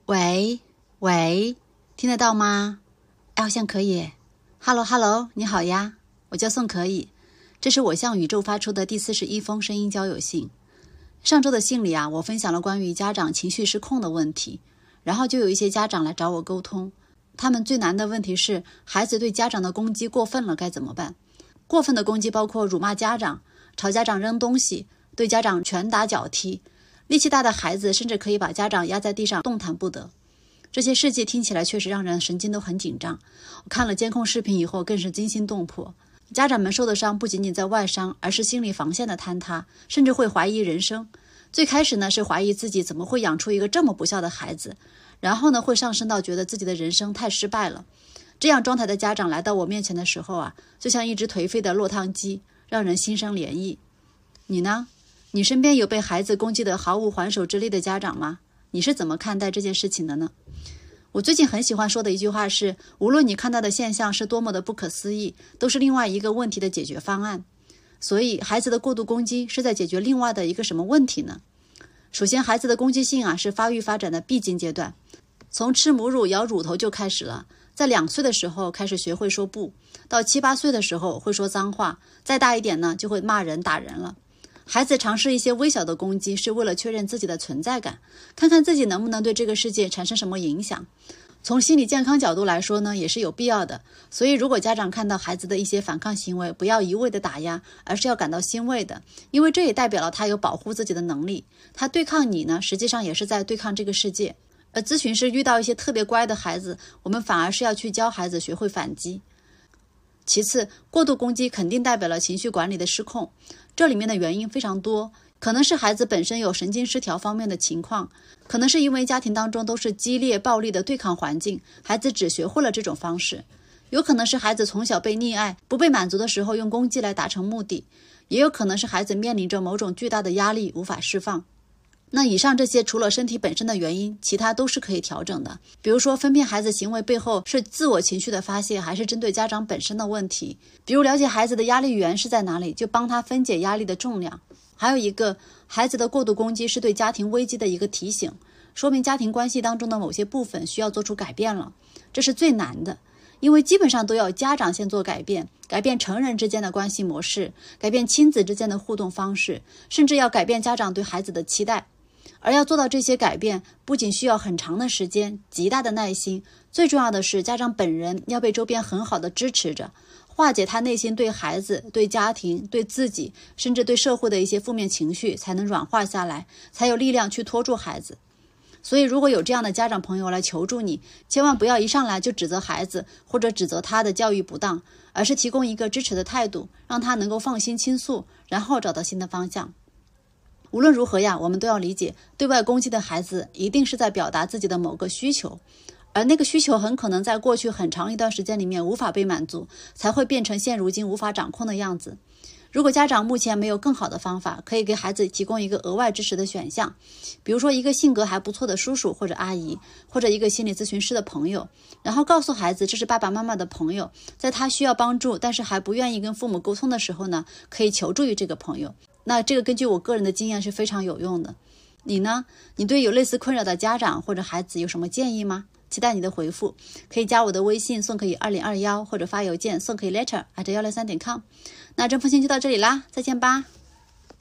喂，听得到吗？好像可以。Hello， 你好呀，我叫宋可以。这是我向宇宙发出的第41封声音交友信。上周的信里我分享了关于家长情绪失控的问题，然后就有一些家长来找我沟通。他们最难的问题是，孩子对家长的攻击过分了该怎么办？过分的攻击包括辱骂家长、朝家长扔东西、对家长拳打脚踢，力气大的孩子甚至可以把家长压在地上动弹不得。这些事迹听起来确实让人神经都很紧张。我看了监控视频以后更是惊心动魄。家长们受的伤不仅仅在外伤，而是心理防线的坍塌，甚至会怀疑人生。最开始呢是怀疑自己怎么会养出一个这么不孝的孩子，然后呢会上升到觉得自己的人生太失败了。这样状态的家长来到我面前的时候就像一只颓废的落汤鸡，让人心生怜意。你呢？你身边有被孩子攻击得毫无还手之力的家长吗？你是怎么看待这件事情的呢？我最近很喜欢说的一句话是，无论你看到的现象是多么的不可思议，都是另外一个问题的解决方案。所以孩子的过度攻击是在解决另外的一个什么问题呢？首先，孩子的攻击性是发育发展的必经阶段，从吃母乳咬乳头就开始了，在2岁的时候开始学会说不，到7、8岁的时候会说脏话，再大一点呢就会骂人打人了。孩子尝试一些微小的攻击是为了确认自己的存在感，看看自己能不能对这个世界产生什么影响。从心理健康角度来说呢，也是有必要的。所以如果家长看到孩子的一些反抗行为，不要一味的打压，而是要感到欣慰的，因为这也代表了他有保护自己的能力。他对抗你呢，实际上也是在对抗这个世界。而咨询师遇到一些特别乖的孩子，我们反而是要去教孩子学会反击。其次，过度攻击肯定代表了情绪管理的失控，这里面的原因非常多，可能是孩子本身有神经失调方面的情况，可能是因为家庭当中都是激烈暴力的对抗环境，孩子只学会了这种方式，有可能是孩子从小被溺爱，不被满足的时候用攻击来达成目的，也有可能是孩子面临着某种巨大的压力无法释放。那以上这些除了身体本身的原因，其他都是可以调整的。比如说分辨孩子行为背后是自我情绪的发泄，还是针对家长本身的问题。比如了解孩子的压力源是在哪里，就帮他分解压力的重量。还有一个，孩子的过度攻击是对家庭危机的一个提醒，说明家庭关系当中的某些部分需要做出改变了。这是最难的，因为基本上都要家长先做改变，改变成人之间的关系模式，改变亲子之间的互动方式，甚至要改变家长对孩子的期待。而要做到这些改变，不仅需要很长的时间、极大的耐心，最重要的是家长本人要被周边很好的支持着，化解他内心对孩子、对家庭、对自己，甚至对社会的一些负面情绪，才能软化下来，才有力量去拖住孩子。所以如果有这样的家长朋友来求助你，千万不要一上来就指责孩子，或者指责他的教育不当，而是提供一个支持的态度，让他能够放心倾诉，然后找到新的方向。无论如何我们都要理解，对外攻击的孩子一定是在表达自己的某个需求，而那个需求很可能在过去很长一段时间里面无法被满足，才会变成现如今无法掌控的样子。如果家长目前没有更好的方法，可以给孩子提供一个额外支持的选项，比如说一个性格还不错的叔叔或者阿姨，或者一个心理咨询师的朋友，然后告诉孩子这是爸爸妈妈的朋友，在他需要帮助但是还不愿意跟父母沟通的时候呢，可以求助于这个朋友。那这个根据我个人的经验是非常有用的。你呢？你对有类似困扰的家长或者孩子有什么建议吗？期待你的回复，可以加我的微信宋可以2021，或者发邮件宋可以 letter@163.com。那这封信就到这里啦，再见吧。